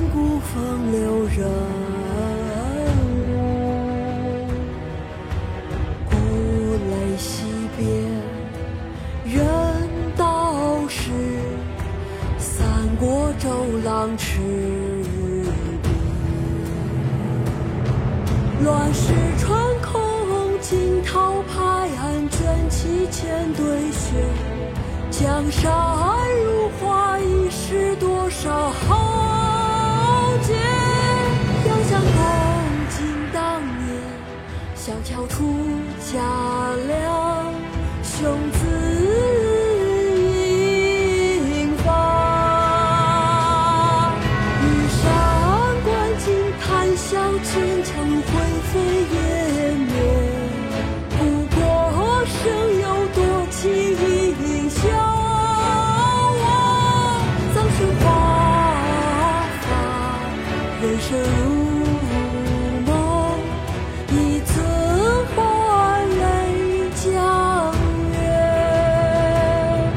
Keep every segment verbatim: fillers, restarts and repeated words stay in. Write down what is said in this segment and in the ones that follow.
古风流人物，故垒西边人道是，三国周郎赤壁。乱世穿空，惊涛拍岸，卷起千堆雪。江山如画，已是多少豪杰。遥想公瑾当年，小乔出家粮，雄姿英发。羽扇纶巾，谈笑间，强如灰飞烟灭。不过生有多情应笑我，苍生华发，人生如梦，一寸还酹江月。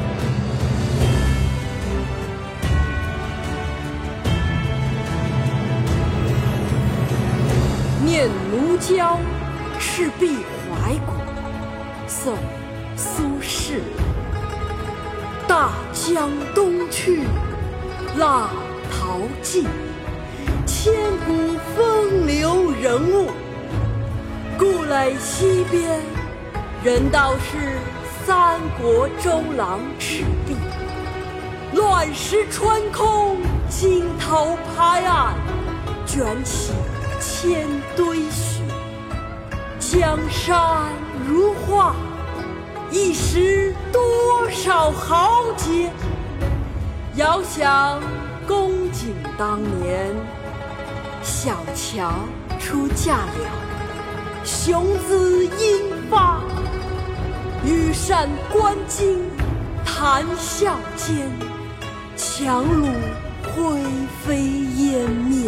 念奴娇·赤壁怀古，宋·苏轼。大江东去，浪淘尽，千古风流人物。故垒西边，人道是三国周郎赤壁。乱石穿空，惊涛拍岸，卷起千堆雪。江山如画，一时多少豪杰。遥想公瑾当年，小乔出嫁了，雄姿英发。羽扇纶巾，谈笑间，樯橹灰飞烟灭。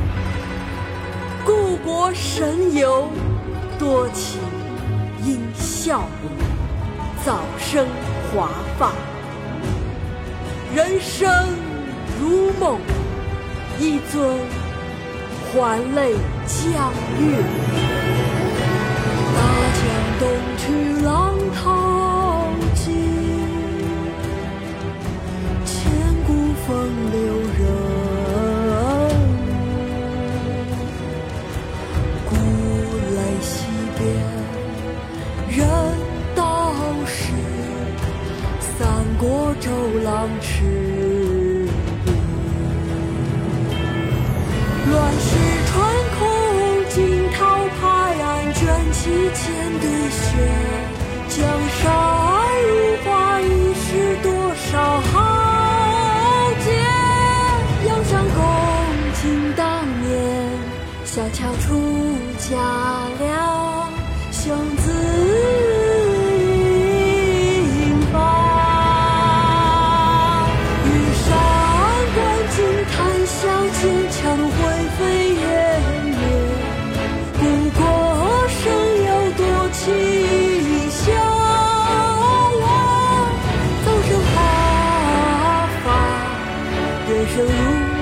故国神游，多情应笑我，早生华发。人生如梦，一尊还酹江月。大江东去，浪淘尽，千古风流人物。故垒西边，人道是，三国周郎赤壁。乱石穿空，惊涛拍岸，卷起千堆雪。江山如画，已是多少豪杰。遥想公瑾当年，小乔出家了，雄姿英发。羽扇纶巾，谈笑间，樯橹灰飞烟灭。不过生有多情应笑我，早生华发，人生如